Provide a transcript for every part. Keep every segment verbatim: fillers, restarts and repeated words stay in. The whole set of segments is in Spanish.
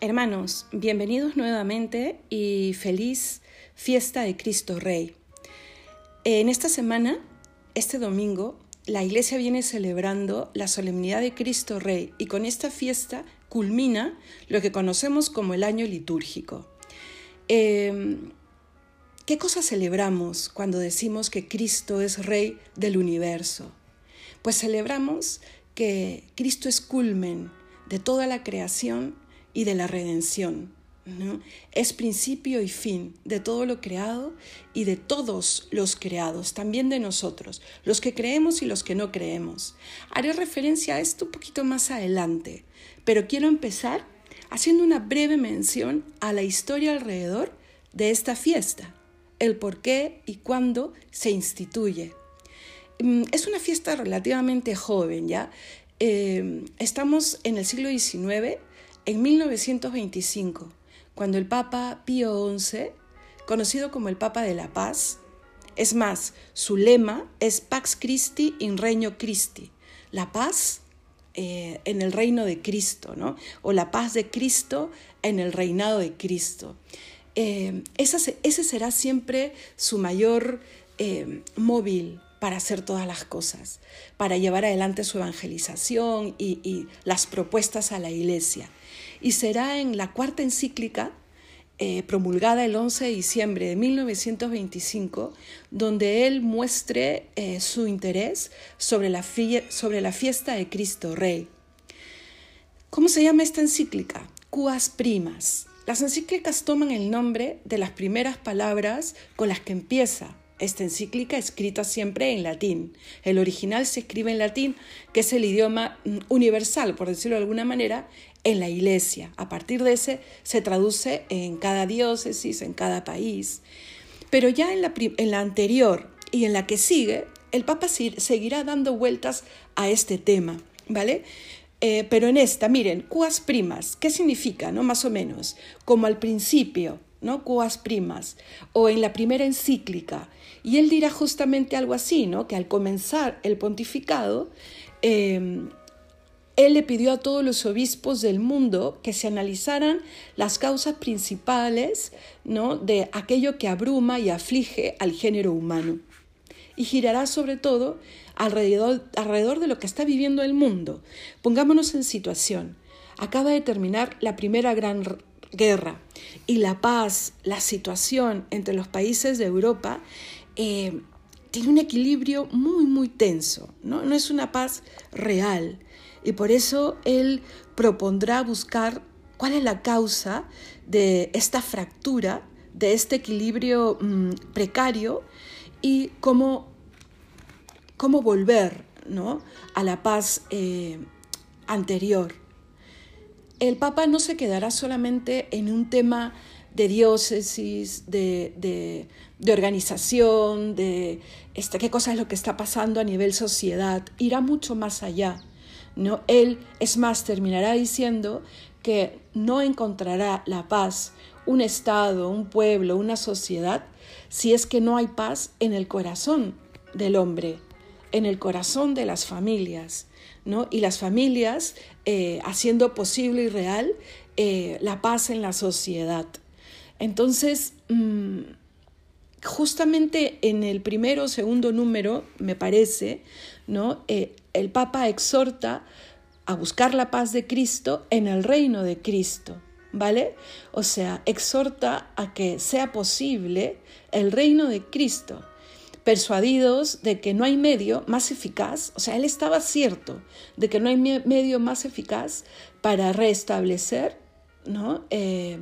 Hermanos, bienvenidos nuevamente y feliz fiesta de Cristo Rey. En esta semana, este domingo, la Iglesia viene celebrando la solemnidad de Cristo Rey y con esta fiesta culmina lo que conocemos como el año litúrgico. Eh, ¿Qué cosa celebramos cuando decimos que Cristo es Rey del universo? Pues celebramos que Cristo es culmen de toda la creación y de la redención, ¿no? Es principio y fin de todo lo creado y de todos los creados, también de nosotros, los que creemos y los que no creemos. Haré referencia a esto un poquito más adelante, pero quiero empezar haciendo una breve mención a la historia alrededor de esta fiesta, el por qué y cuándo se instituye. Es una fiesta relativamente joven, ¿ya? Eh, estamos en el siglo diecinueve, en mil novecientos veinticinco, cuando el Papa Pío once, conocido como el Papa de la Paz, es más, su lema es Pax Christi in Regno Christi, la paz eh, en el reino de Cristo, ¿no? O la paz de Cristo en el reinado de Cristo. Eh, esa, ese será siempre su mayor eh, móvil para hacer todas las cosas, para llevar adelante su evangelización y, y las propuestas a la Iglesia. Y será en la cuarta encíclica, eh, promulgada el once de diciembre de mil novecientos veinticinco, donde él muestre eh, su interés sobre la, fie- sobre la fiesta de Cristo Rey. ¿Cómo se llama esta encíclica? Quas Primas. Las encíclicas toman el nombre de las primeras palabras con las que empieza esta encíclica, escrita siempre en latín. El original se escribe en latín, que es el idioma universal, por decirlo de alguna manera, en la Iglesia. A partir de ese se traduce en cada diócesis, en cada país. Pero ya en la, en la anterior y en la que sigue, el Papa seguirá dando vueltas a este tema, ¿vale? Eh, pero en esta, miren, Quas Primas, ¿qué significa, no? Más o menos, como al principio, ¿no? Quas Primas, o en la primera encíclica. Y él dirá justamente algo así, ¿no? Que al comenzar el pontificado, eh, él le pidió a todos los obispos del mundo que se analizaran las causas principales, ¿no? De aquello que abruma y aflige al género humano. Y girará sobre todo alrededor, alrededor de lo que está viviendo el mundo. Pongámonos en situación. Acaba de terminar la primera gran guerra y la paz, la situación entre los países de Europa eh, tiene un equilibrio muy, muy tenso, ¿no? No es una paz real. Y por eso él propondrá buscar cuál es la causa de esta fractura, de este equilibrio mmm, precario y cómo, cómo volver, ¿no? a la paz eh, anterior. El Papa no se quedará solamente en un tema de diócesis, de, de, de organización, de este, qué cosa es lo que está pasando a nivel sociedad. Irá mucho más allá, ¿no? Él, es más, terminará diciendo que no encontrará la paz, un Estado, un pueblo, una sociedad, si es que no hay paz en el corazón del hombre, en el corazón de las familias, ¿no? Y las familias eh, haciendo posible y real eh, la paz en la sociedad. Entonces, mmm, justamente en el primero o segundo número, me parece, ¿no? Eh, el Papa exhorta a buscar la paz de Cristo en el reino de Cristo, ¿vale? O sea, exhorta a que sea posible el reino de Cristo, persuadidos de que no hay medio más eficaz, o sea, él estaba cierto de que no hay medio más eficaz para restablecer, ¿no? eh,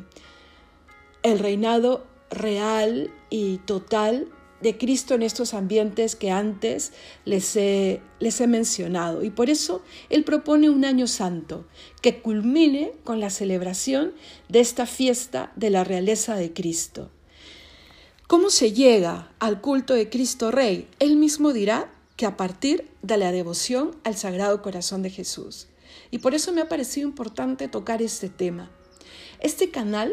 el reinado real y total de Cristo en estos ambientes que antes les he, les he mencionado. Y por eso él propone un año santo que culmine con la celebración de esta fiesta de la realeza de Cristo. ¿Cómo se llega al culto de Cristo Rey? Él mismo dirá que a partir de la devoción al Sagrado Corazón de Jesús. Y por eso me ha parecido importante tocar este tema. Este canal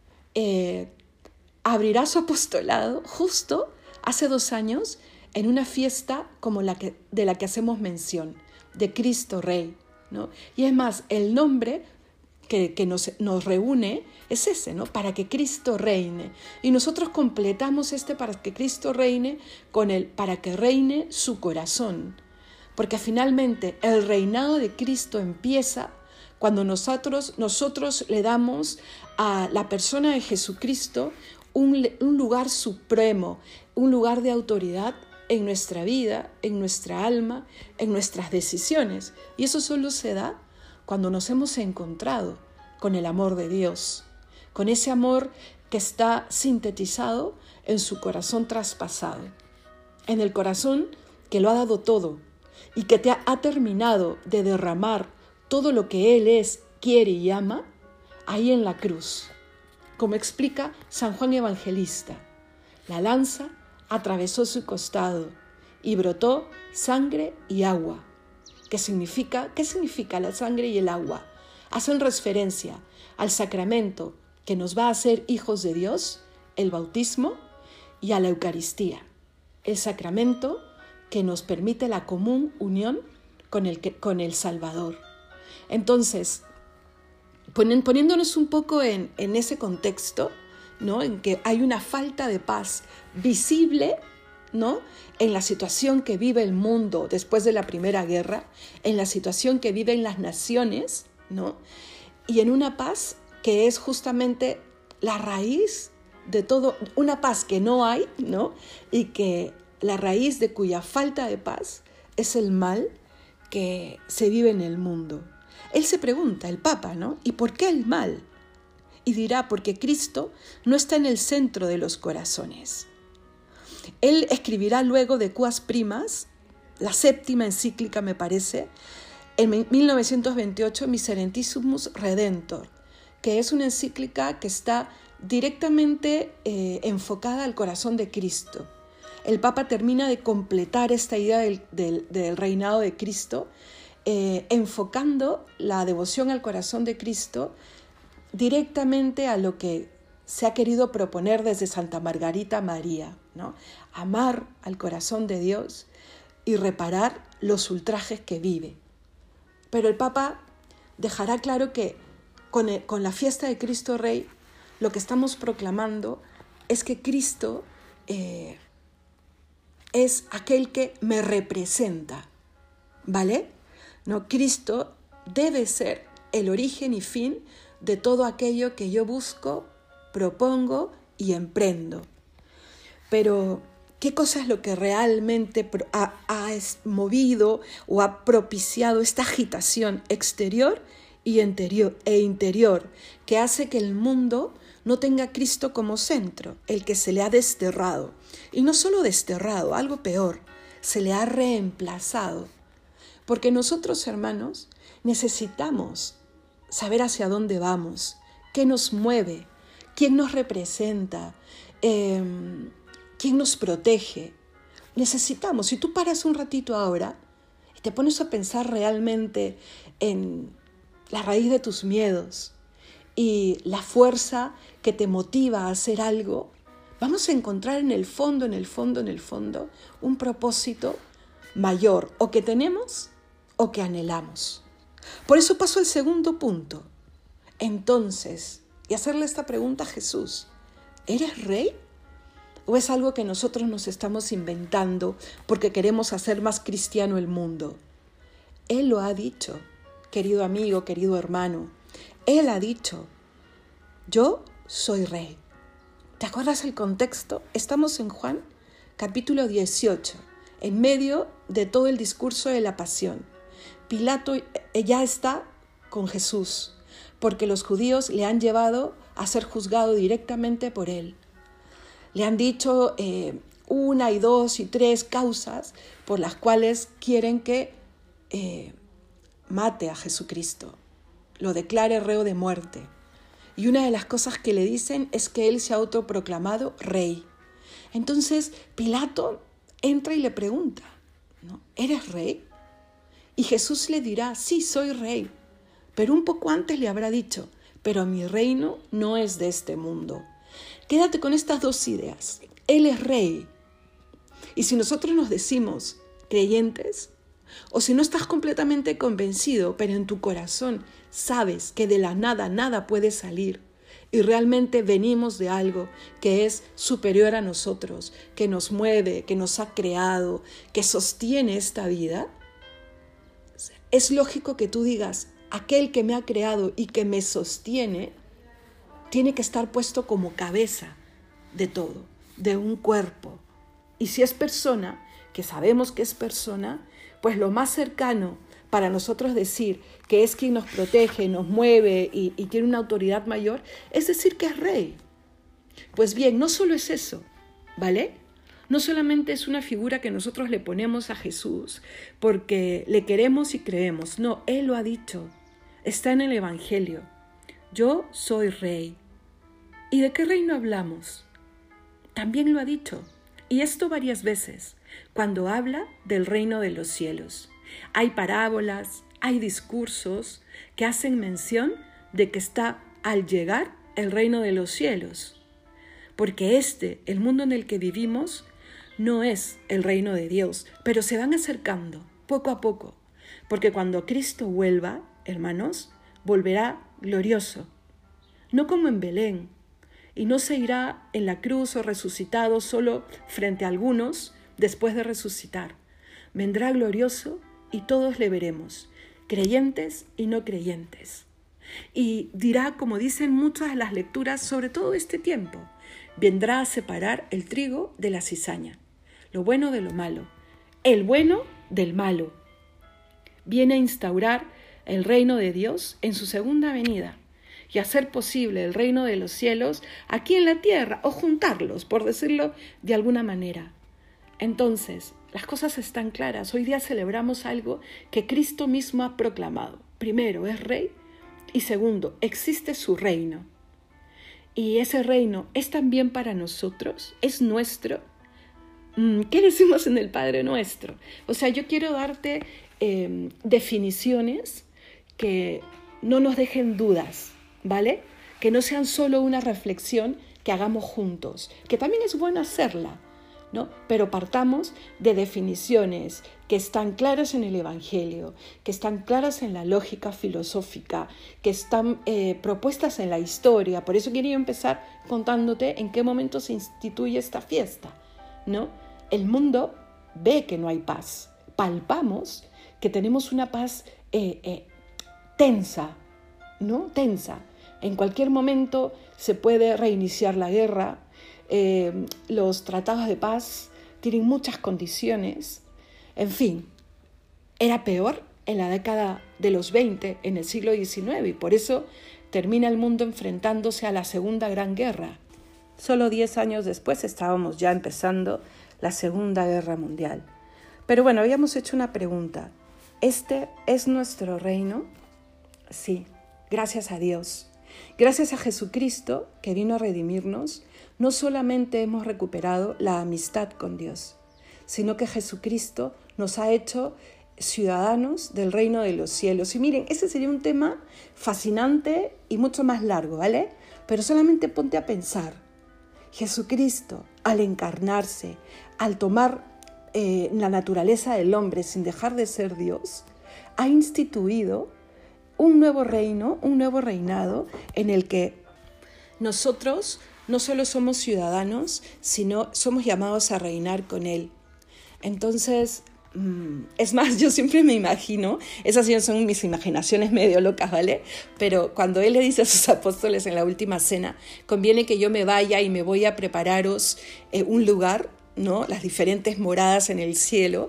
eh, abrirá su apostolado justo hace dos años en una fiesta como la que, de la que hacemos mención, de Cristo Rey, ¿no? Y es más, el nombre que, que nos, nos reúne es ese, ¿no? Para que Cristo reine. Y nosotros completamos este para que Cristo reine con el para que reine su corazón. Porque finalmente el reinado de Cristo empieza cuando nosotros, nosotros le damos a la persona de Jesucristo un, un lugar supremo, un lugar de autoridad en nuestra vida, en nuestra alma, en nuestras decisiones. Y eso solo se da cuando nos hemos encontrado con el amor de Dios, con ese amor que está sintetizado en su corazón traspasado, en el corazón que lo ha dado todo y que te ha, ha terminado de derramar todo lo que Él es, quiere y ama, ahí en la cruz. Como explica San Juan Evangelista, la lanza atravesó su costado y brotó sangre y agua. ¿Qué significa? ¿Qué significa la sangre y el agua? Hacen referencia al sacramento que nos va a hacer hijos de Dios, el bautismo, y a la Eucaristía, el sacramento que nos permite la común unión con el, con el Salvador. Entonces, poniéndonos un poco en, en ese contexto, ¿no? En que hay una falta de paz visible, ¿no? En la situación que vive el mundo después de la Primera Guerra, en la situación que viven las naciones, ¿no? Y en una paz que es justamente la raíz de todo, una paz que no hay, ¿no? Y que la raíz de cuya falta de paz es el mal que se vive en el mundo. Él se pregunta, el Papa, ¿no? ¿Y por qué el mal? Y dirá, porque Cristo no está en el centro de los corazones. Él escribirá luego de Quas Primas, la séptima encíclica me parece, en mil novecientos veintiocho, Miserentissimus Redentor, que es una encíclica que está directamente eh, enfocada al corazón de Cristo. El Papa termina de completar esta idea del, del, del reinado de Cristo, eh, enfocando la devoción al corazón de Cristo directamente a lo que se ha querido proponer desde Santa Margarita María, ¿no? Amar al corazón de Dios y reparar los ultrajes que vive. Pero el Papa dejará claro que con, el, con la fiesta de Cristo Rey, lo que estamos proclamando es que Cristo eh, es aquel que me representa, ¿vale? No, Cristo debe ser el origen y fin de todo aquello que yo busco, propongo y emprendo. Pero, ¿qué cosa es lo que realmente ha, ha movido o ha propiciado esta agitación exterior y interior, e interior que hace que el mundo no tenga a Cristo como centro, el que se le ha desterrado? Y no solo desterrado, algo peor, se le ha reemplazado. Porque nosotros, hermanos, necesitamos saber hacia dónde vamos, qué nos mueve, quién nos representa, eh, quién nos protege. Necesitamos, si tú paras un ratito ahora y te pones a pensar realmente en la raíz de tus miedos y la fuerza que te motiva a hacer algo, vamos a encontrar en el fondo, en el fondo, en el fondo, un propósito mayor, o que tenemos o que anhelamos. Por eso paso al segundo punto. Entonces, y hacerle esta pregunta a Jesús, ¿eres rey? ¿O es algo que nosotros nos estamos inventando porque queremos hacer más cristiano el mundo? Él lo ha dicho, querido amigo, querido hermano. Él ha dicho, yo soy rey. ¿Te acuerdas el contexto? Estamos en Juan, capítulo dieciocho, en medio de todo el discurso de la pasión. Pilato ya está con Jesús, porque los judíos le han llevado a ser juzgado directamente por él. Le han dicho eh, una y dos y tres causas por las cuales quieren que eh, mate a Jesucristo, lo declare reo de muerte. Y una de las cosas que le dicen es que él se ha autoproclamado rey. Entonces Pilato entra y le pregunta, ¿no? ¿Eres rey? Y Jesús le dirá, sí, soy rey. Pero un poco antes le habrá dicho, pero mi reino no es de este mundo. Quédate con estas dos ideas. Él es rey. Y si nosotros nos decimos creyentes, O si no estás completamente convencido, pero en tu corazón sabes que de la nada nada puede salir y realmente venimos de algo que es superior a nosotros, que nos mueve, que nos ha creado, que sostiene esta vida, es lógico que tú digas, aquel que me ha creado y que me sostiene, tiene que estar puesto como cabeza de todo, de un cuerpo. Y si es persona, que sabemos que es persona, pues lo más cercano para nosotros decir que es quien nos protege, nos mueve y, y tiene una autoridad mayor, es decir que es rey. Pues bien, no solo es eso, ¿vale? No solamente es una figura que nosotros le ponemos a Jesús porque le queremos y creemos. No, Él lo ha dicho. Está en el Evangelio. Yo soy rey. ¿Y de qué reino hablamos? También lo ha dicho. Y esto varias veces, cuando habla del reino de los cielos. Hay parábolas, hay discursos que hacen mención de que está al llegar el reino de los cielos. Porque este, el mundo en el que vivimos, no es el reino de Dios, pero se van acercando poco a poco. Porque cuando Cristo vuelva, hermanos, volverá glorioso. No como en Belén, y no se irá en la cruz o resucitado solo frente a algunos después de resucitar. Vendrá glorioso y todos le veremos, creyentes y no creyentes. Y dirá, como dicen muchas de las lecturas, sobre todo este tiempo, vendrá a separar el trigo de la cizaña, lo bueno de lo malo, el bueno del malo. Viene a instaurar el reino de Dios en su segunda venida y hacer posible el reino de los cielos aquí en la tierra, o juntarlos, por decirlo de alguna manera. Entonces, las cosas están claras. Hoy día celebramos algo que Cristo mismo ha proclamado. Primero, es rey, y segundo, existe su reino. Y ese reino es también para nosotros, es nuestro. ¿Qué decimos en el Padre Nuestro? O sea, yo quiero darte eh, definiciones que no nos dejen dudas, ¿vale? Que no sean solo una reflexión que hagamos juntos, que también es bueno hacerla, ¿no? Pero partamos de definiciones que están claras en el Evangelio, que están claras en la lógica filosófica, que están eh, propuestas en la historia. Por eso quería empezar contándote en qué momento se instituye esta fiesta, ¿no? El mundo ve que no hay paz. Palpamos que tenemos una paz eh, eh, tensa, ¿no? Tensa. En cualquier momento se puede reiniciar la guerra. Eh, los tratados de paz tienen muchas condiciones. En fin, era peor en la década de los veinte, en el siglo diecinueve, y por eso termina el mundo enfrentándose a la Segunda Gran Guerra. Solo diez años después estábamos ya empezando la Segunda Guerra Mundial. Pero bueno, habíamos hecho una pregunta. ¿Este es nuestro reino? Sí, gracias a Dios. Gracias a Jesucristo, que vino a redimirnos, no solamente hemos recuperado la amistad con Dios, sino que Jesucristo nos ha hecho ciudadanos del reino de los cielos. Y miren, ese sería un tema fascinante y mucho más largo, ¿vale? Pero solamente ponte a pensar. Jesucristo, al encarnarse, al tomar eh, la naturaleza del hombre sin dejar de ser Dios, ha instituido un nuevo reino, un nuevo reinado en el que nosotros no solo somos ciudadanos, sino somos llamados a reinar con Él. Entonces, es más, yo siempre me imagino, esas son mis imaginaciones medio locas, ¿vale? Pero cuando Él le dice a sus apóstoles en la última cena, conviene que yo me vaya y me voy a prepararos eh, un lugar, ¿no? Las diferentes moradas en el cielo.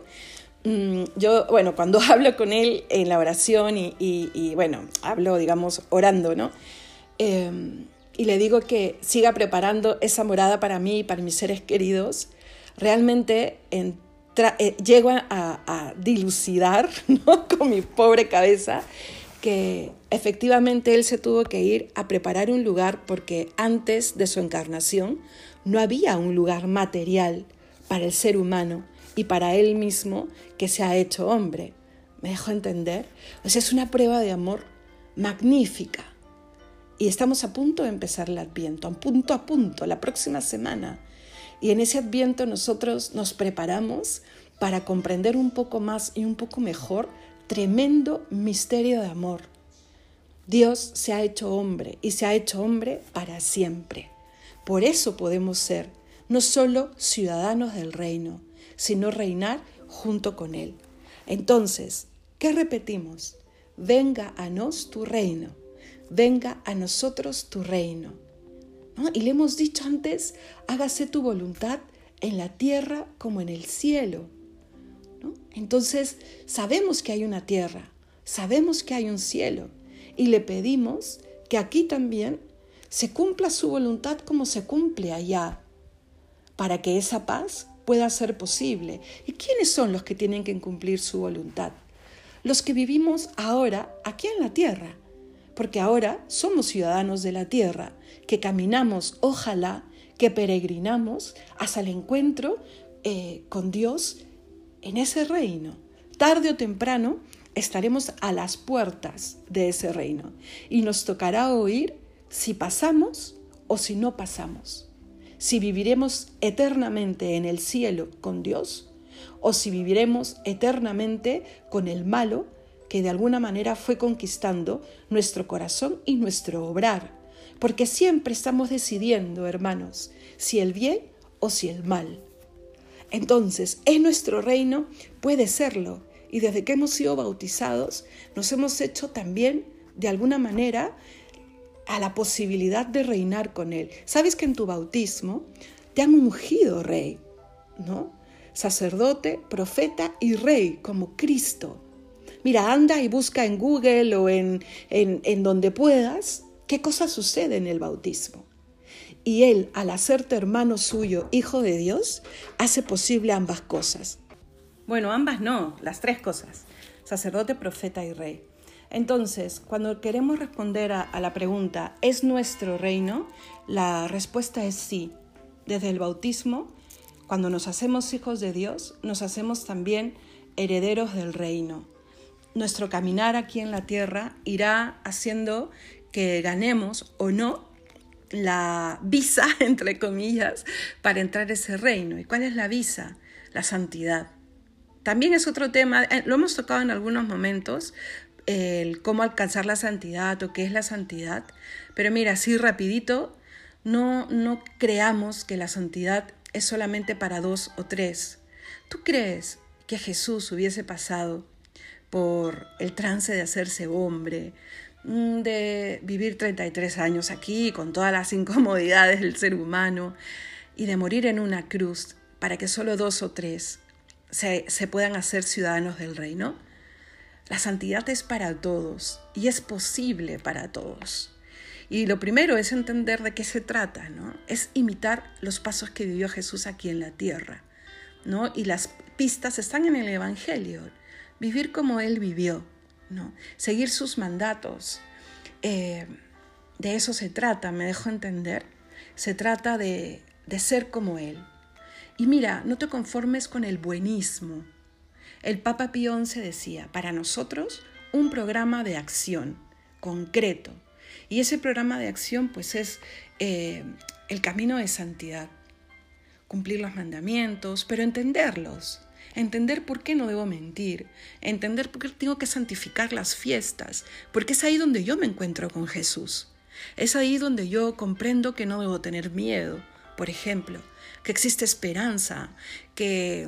Yo, bueno, cuando hablo con Él en la oración y, y, y bueno, hablo, digamos, orando, ¿no? Eh, y le digo que siga preparando esa morada para mí y para mis seres queridos, realmente entra, eh, llego a, a dilucidar, ¿no? Con mi pobre cabeza, que efectivamente Él se tuvo que ir a preparar un lugar porque antes de su encarnación no había un lugar material para el ser humano y para Él mismo que se ha hecho hombre. ¿Me dejo entender? O sea, es una prueba de amor magnífica. Y estamos a punto de empezar el Adviento, a punto a punto, la próxima semana. Y en ese Adviento nosotros nos preparamos para comprender un poco más y un poco mejor tremendo misterio de amor. Dios se ha hecho hombre y se ha hecho hombre para siempre. Por eso podemos ser no solo ciudadanos del reino, sino reinar junto con Él. Entonces, ¿qué repetimos? Venga a nos tu reino, venga a nosotros tu reino. ¿No? Y le hemos dicho antes, hágase tu voluntad en la tierra como en el cielo. ¿No? Entonces, sabemos que hay una tierra, sabemos que hay un cielo, y le pedimos que aquí también se cumpla su voluntad como se cumple allá, para que esa paz pueda ser posible. ¿Y quiénes son los que tienen que cumplir su voluntad? Los que vivimos ahora aquí en la tierra, porque ahora somos ciudadanos de la tierra, que caminamos, ojalá, que peregrinamos hasta el encuentro eh, con Dios en ese reino. Tarde o temprano estaremos a las puertas de ese reino y nos tocará oír si pasamos o si no pasamos. Si viviremos eternamente en el cielo con Dios o si viviremos eternamente con el malo que de alguna manera fue conquistando nuestro corazón y nuestro obrar. Porque siempre estamos decidiendo, hermanos, si el bien o si el mal. Entonces, ¿es nuestro reino? Puede serlo. Y desde que hemos sido bautizados, nos hemos hecho también, de alguna manera, a la posibilidad de reinar con Él. ¿Sabes que en tu bautismo te han ungido rey, ¿no? Sacerdote, profeta y rey, como Cristo. Mira, anda y busca en Google o en, en, en donde puedas qué cosa sucede en el bautismo. Y Él, al hacerte hermano suyo, hijo de Dios, hace posible ambas cosas. Bueno, ambas no, las tres cosas. Sacerdote, profeta y rey. Entonces, cuando queremos responder a, a la pregunta, ¿es nuestro reino? La respuesta es sí. Desde el bautismo, cuando nos hacemos hijos de Dios, nos hacemos también herederos del reino. Nuestro caminar aquí en la tierra irá haciendo que ganemos o no la visa, entre comillas, para entrar a ese reino. ¿Y cuál es la visa? La santidad. También es otro tema, lo hemos tocado en algunos momentos, el cómo alcanzar la santidad o qué es la santidad. Pero mira, así rapidito, no, no creamos que la santidad es solamente para dos o tres. ¿Tú crees que Jesús hubiese pasado por el trance de hacerse hombre, de vivir treinta y tres años aquí con todas las incomodidades del ser humano y de morir en una cruz para que solo dos o tres se, se puedan hacer ciudadanos del reino? La santidad es para todos y es posible para todos. Y lo primero es entender de qué se trata, ¿no? Es imitar los pasos que vivió Jesús aquí en la tierra, ¿no? Y las pistas están en el Evangelio. Vivir como Él vivió, ¿no? Seguir sus mandatos. Eh, de eso se trata, me dejo entender. Se trata de, de ser como Él. Y mira, no te conformes con el buenismo. El Papa Pío once decía, para nosotros, un programa de acción concreto. Y ese programa de acción, pues, es eh, el camino de santidad. Cumplir los mandamientos, pero entenderlos. Entender por qué no debo mentir. Entender por qué tengo que santificar las fiestas. Porque es ahí donde yo me encuentro con Jesús. Es ahí donde yo comprendo que no debo tener miedo. Por ejemplo, que existe esperanza, que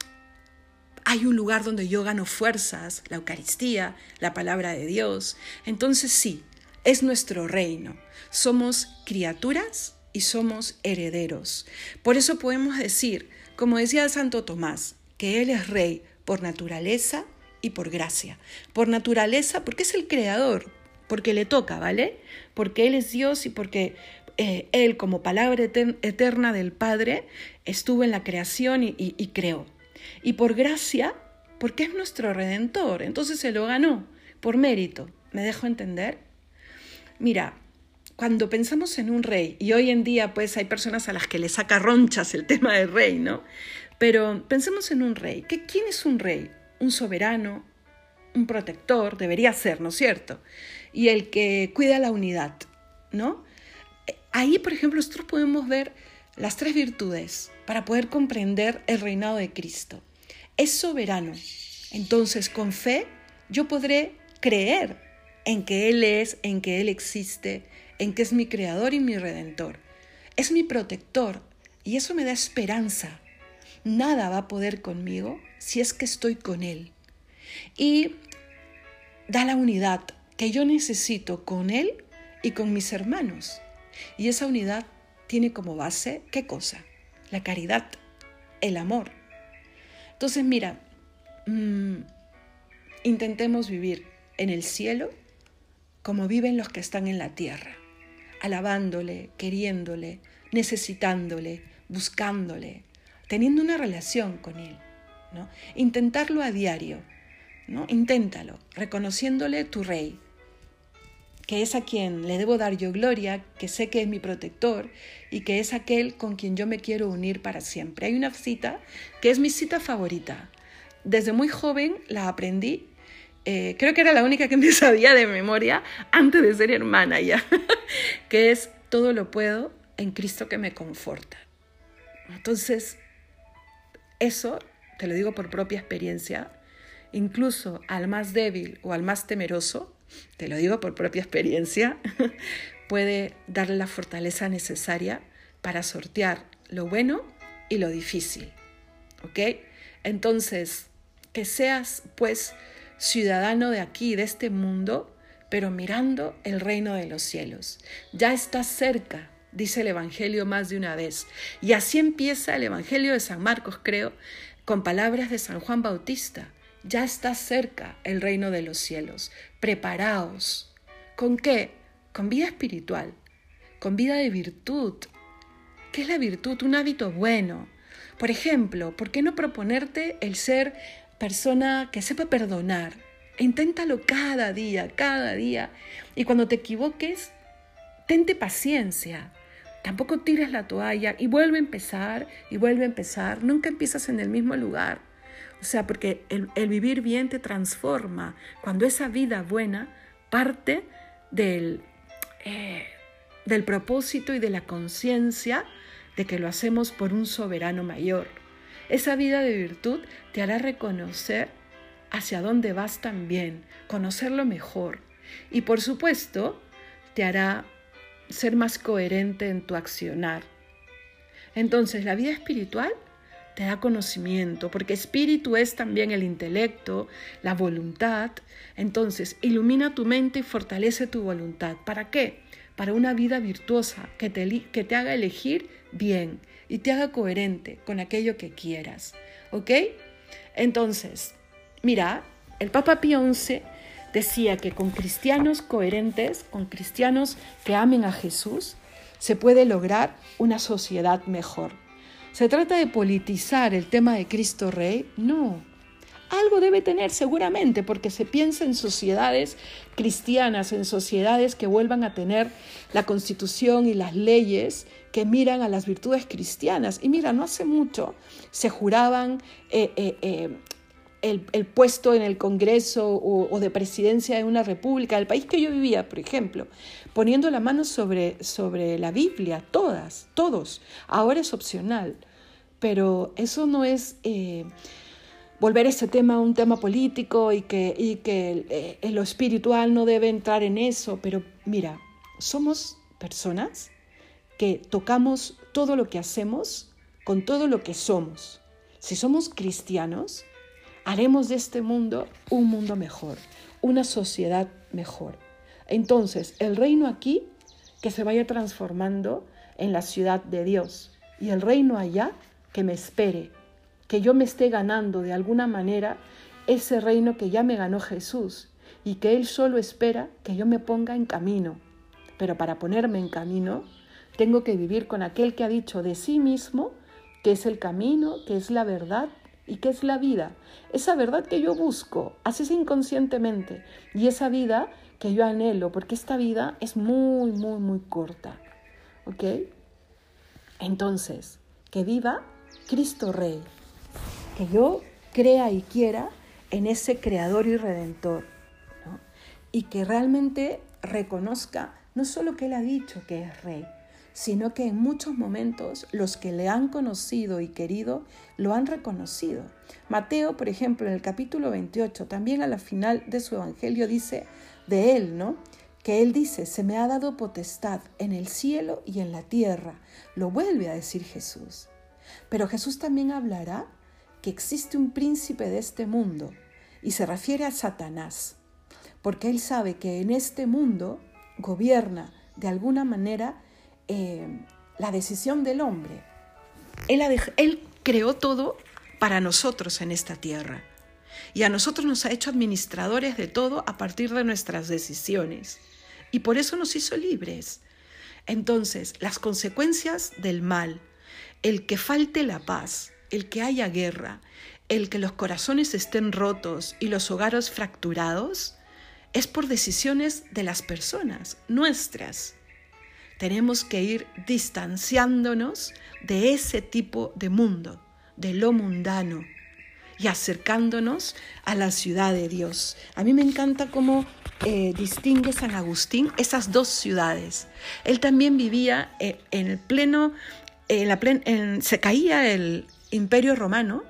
hay un lugar donde yo gano fuerzas, la Eucaristía, la palabra de Dios. Entonces sí, es nuestro reino. Somos criaturas y somos herederos. Por eso podemos decir, como decía el Santo Tomás, que Él es rey por naturaleza y por gracia. Por naturaleza porque es el creador, porque le toca, ¿vale? Porque Él es Dios y porque eh, Él, como palabra eterna del Padre, estuvo en la creación y, y, y creó. Y por gracia, porque es nuestro Redentor. Entonces se lo ganó por mérito. ¿Me dejo entender? Mira, cuando pensamos en un rey, y hoy en día pues hay personas a las que les saca ronchas el tema del rey, ¿no? Pero pensemos en un rey. ¿Qué, ¿Quién es un rey? Un soberano, un protector, debería ser, ¿no es cierto? Y el que cuida la unidad, ¿no? Ahí, por ejemplo, nosotros podemos ver las tres virtudes para poder comprender el reinado de Cristo. es soberano. Entonces, con fe, yo podré creer en que Él es, en que Él existe, en que es mi creador y mi redentor. Es mi protector y eso me da esperanza. Nada va a poder conmigo si es que estoy con Él. Y da la unidad que yo necesito con Él y con mis hermanos. Y esa unidad tiene como base, ¿qué cosa? La caridad, el amor. Entonces, mira, mmm, intentemos vivir en el cielo como viven los que están en la tierra, alabándole, queriéndole, necesitándole, buscándole, teniendo una relación con Él, ¿no? Intentarlo a diario, ¿no? Inténtalo, reconociéndole tu Rey, que es a quien le debo dar yo gloria, que sé que es mi protector y que es aquel con quien yo me quiero unir para siempre. Hay una cita que es mi cita favorita. Desde muy joven la aprendí. Eh, creo que era la única que me sabía de memoria antes de ser hermana ya, que es: todo lo puedo en Cristo que me conforta. Entonces, eso te lo digo por propia experiencia. Incluso al más débil o al más temeroso, te lo digo por propia experiencia, puede darle la fortaleza necesaria para sortear lo bueno y lo difícil. ¿Ok? Entonces, que seas pues ciudadano de aquí, de este mundo, pero mirando el reino de los cielos. Ya estás cerca, dice el Evangelio más de una vez. Y así empieza el Evangelio de San Marcos, creo, con palabras de San Juan Bautista. Ya está cerca el reino de los cielos. Preparaos. ¿Con qué? Con vida espiritual, con vida de virtud. ¿Qué es la virtud? Un hábito bueno. Por ejemplo, ¿por qué no proponerte el ser persona que sepa perdonar? Inténtalo cada día, cada día. Y cuando te equivoques, tente paciencia. Tampoco tires la toalla y vuelve a empezar y vuelve a empezar. Nunca empiezas en el mismo lugar. O sea, porque el, el vivir bien te transforma. Cuando esa vida buena parte del, eh, del propósito y de la conciencia de que lo hacemos por un soberano mayor. Esa vida de virtud te hará reconocer hacia dónde vas también, conocerlo mejor. Y por supuesto, te hará ser más coherente en tu accionar. Entonces, la vida espiritual te da conocimiento, porque espíritu es también el intelecto, la voluntad. Entonces, ilumina tu mente y fortalece tu voluntad. ¿Para qué? Para una vida virtuosa que te, que te haga elegir bien y te haga coherente con aquello que quieras. ¿Ok? Entonces, mira, el Papa Pío once decía que con cristianos coherentes, con cristianos que amen a Jesús, se puede lograr una sociedad mejor. ¿Se trata de politizar el tema de Cristo Rey? No. Algo debe tener seguramente, porque se piensa en sociedades cristianas, en sociedades que vuelvan a tener la Constitución y las leyes que miran a las virtudes cristianas. Y mira, no hace mucho se juraban eh, eh, eh, el, el puesto en el Congreso o, o de presidencia de una república, del país que yo vivía, por ejemplo, poniendo la mano sobre, sobre la Biblia, todas, todos. Ahora es opcional, pero eso no es eh, volver ese tema un tema político y que, y que eh, lo espiritual no debe entrar en eso. Pero mira, somos personas que tocamos todo lo que hacemos con todo lo que somos. Si somos cristianos, haremos de este mundo un mundo mejor, una sociedad mejor. Entonces, el reino aquí, que se vaya transformando en la ciudad de Dios, y el reino allá, que me espere, que yo me esté ganando de alguna manera ese reino que ya me ganó Jesús y que Él solo espera que yo me ponga en camino. Pero para ponerme en camino, tengo que vivir con aquel que ha dicho de sí mismo que es el camino, que es la verdad y que es la vida. Esa verdad que yo busco, así inconscientemente, y esa vida que yo anhelo, porque esta vida es muy, muy, muy corta. ¿Ok? Entonces, que viva Cristo Rey, que yo crea y quiera en ese Creador y Redentor, ¿no? Y que realmente reconozca no solo que Él ha dicho que es Rey, sino que en muchos momentos los que le han conocido y querido lo han reconocido. Mateo, por ejemplo, en el capítulo veintiocho, también a la final de su evangelio dice de él, ¿no? Que él dice, se me ha dado potestad en el cielo y en la tierra. Lo vuelve a decir Jesús. Pero Jesús también hablará que existe un príncipe de este mundo y se refiere a Satanás, porque él sabe que en este mundo gobierna de alguna manera eh, la decisión del hombre. Él, ha dej- él creó todo para nosotros en esta tierra y a nosotros nos ha hecho administradores de todo a partir de nuestras decisiones y por eso nos hizo libres. Entonces, las consecuencias del mal, el que falte la paz, el que haya guerra, el que los corazones estén rotos y los hogares fracturados, es por decisiones de las personas, nuestras. Tenemos que ir distanciándonos de ese tipo de mundo, de lo mundano, y acercándonos a la ciudad de Dios. A mí me encanta cómo eh, distingue San Agustín esas dos ciudades. Él también vivía eh, en el pleno, en la plen, en, se caía el Imperio Romano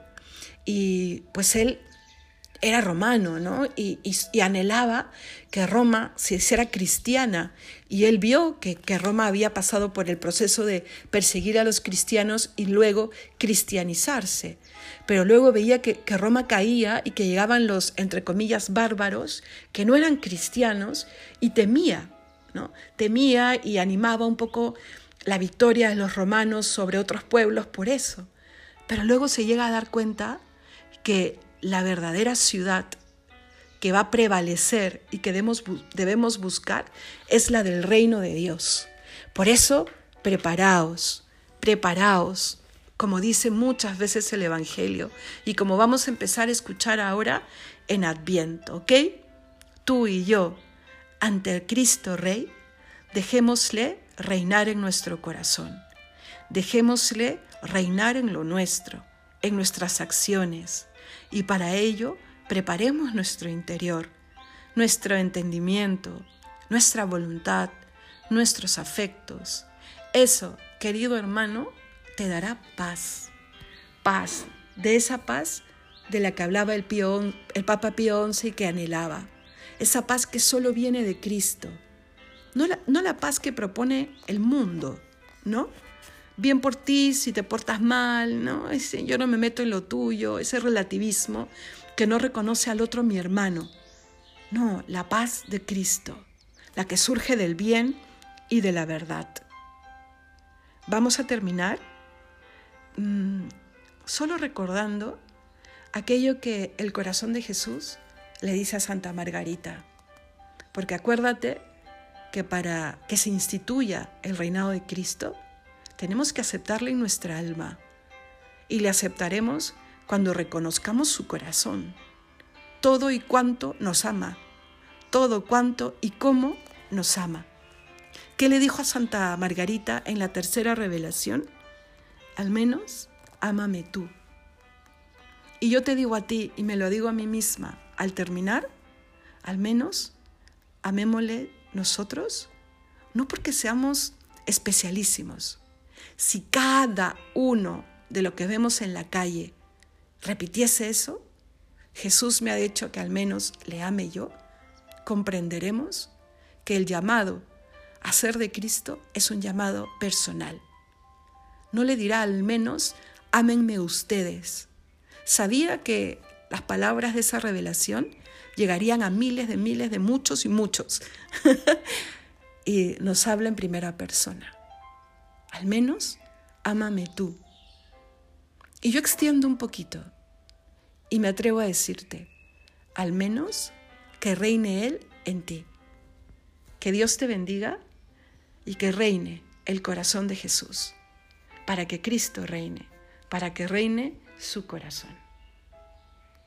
y pues él era romano, ¿no? Y, y, y anhelaba que Roma se hiciera cristiana. Y él vio que, que Roma había pasado por el proceso de perseguir a los cristianos y luego cristianizarse. Pero luego veía que, que Roma caía y que llegaban los, entre comillas, bárbaros, que no eran cristianos, y temía, ¿no? Temía y animaba un poco la victoria de los romanos sobre otros pueblos por eso. Pero luego se llega a dar cuenta que la verdadera ciudad que va a prevalecer y que debemos, debemos buscar es la del reino de Dios. Por eso, preparaos, preparaos, como dice muchas veces el Evangelio y como vamos a empezar a escuchar ahora en Adviento, ¿ok? Tú y yo, ante el Cristo Rey, dejémosle reinar en nuestro corazón. Dejémosle reinar en lo nuestro, en nuestras acciones. Y para ello, preparemos nuestro interior, nuestro entendimiento, nuestra voluntad, nuestros afectos. Eso, querido hermano, te dará paz. Paz, de esa paz de la que hablaba el, Pío, el Papa Pío once y que anhelaba. Esa paz que solo viene de Cristo. No la, no la paz que propone el mundo, ¿no? Bien por ti si te portas mal, ¿no? Ese, yo no me meto en lo tuyo, ese relativismo que no reconoce al otro mi hermano. No, la paz de Cristo, la que surge del bien y de la verdad. Vamos a terminar mmm, solo recordando aquello que el corazón de Jesús le dice a Santa Margarita. Porque acuérdate que para que se instituya el reinado de Cristo, tenemos que aceptarle en nuestra alma y le aceptaremos cuando reconozcamos su corazón, todo y cuánto nos ama, todo cuánto y cómo nos ama. ¿Qué le dijo a Santa Margarita en la tercera revelación? Al menos, ámame tú. Y yo te digo a ti, y me lo digo a mí misma, al terminar, al menos, amémosle nosotros, no porque seamos especialísimos. Si cada uno de lo que vemos en la calle repitiese eso, Jesús me ha dicho que al menos le ame yo, comprenderemos que el llamado a ser de Cristo es un llamado personal. No le dirá al menos, ámenme ustedes. Sabía que las palabras de esa revelación llegarían a miles de miles de muchos y muchos. Y nos habla en primera persona. Al menos, ámame tú. Y yo extiendo un poquito y me atrevo a decirte, al menos que reine Él en ti. Que Dios te bendiga y que reine el corazón de Jesús, para que Cristo reine, para que reine su corazón.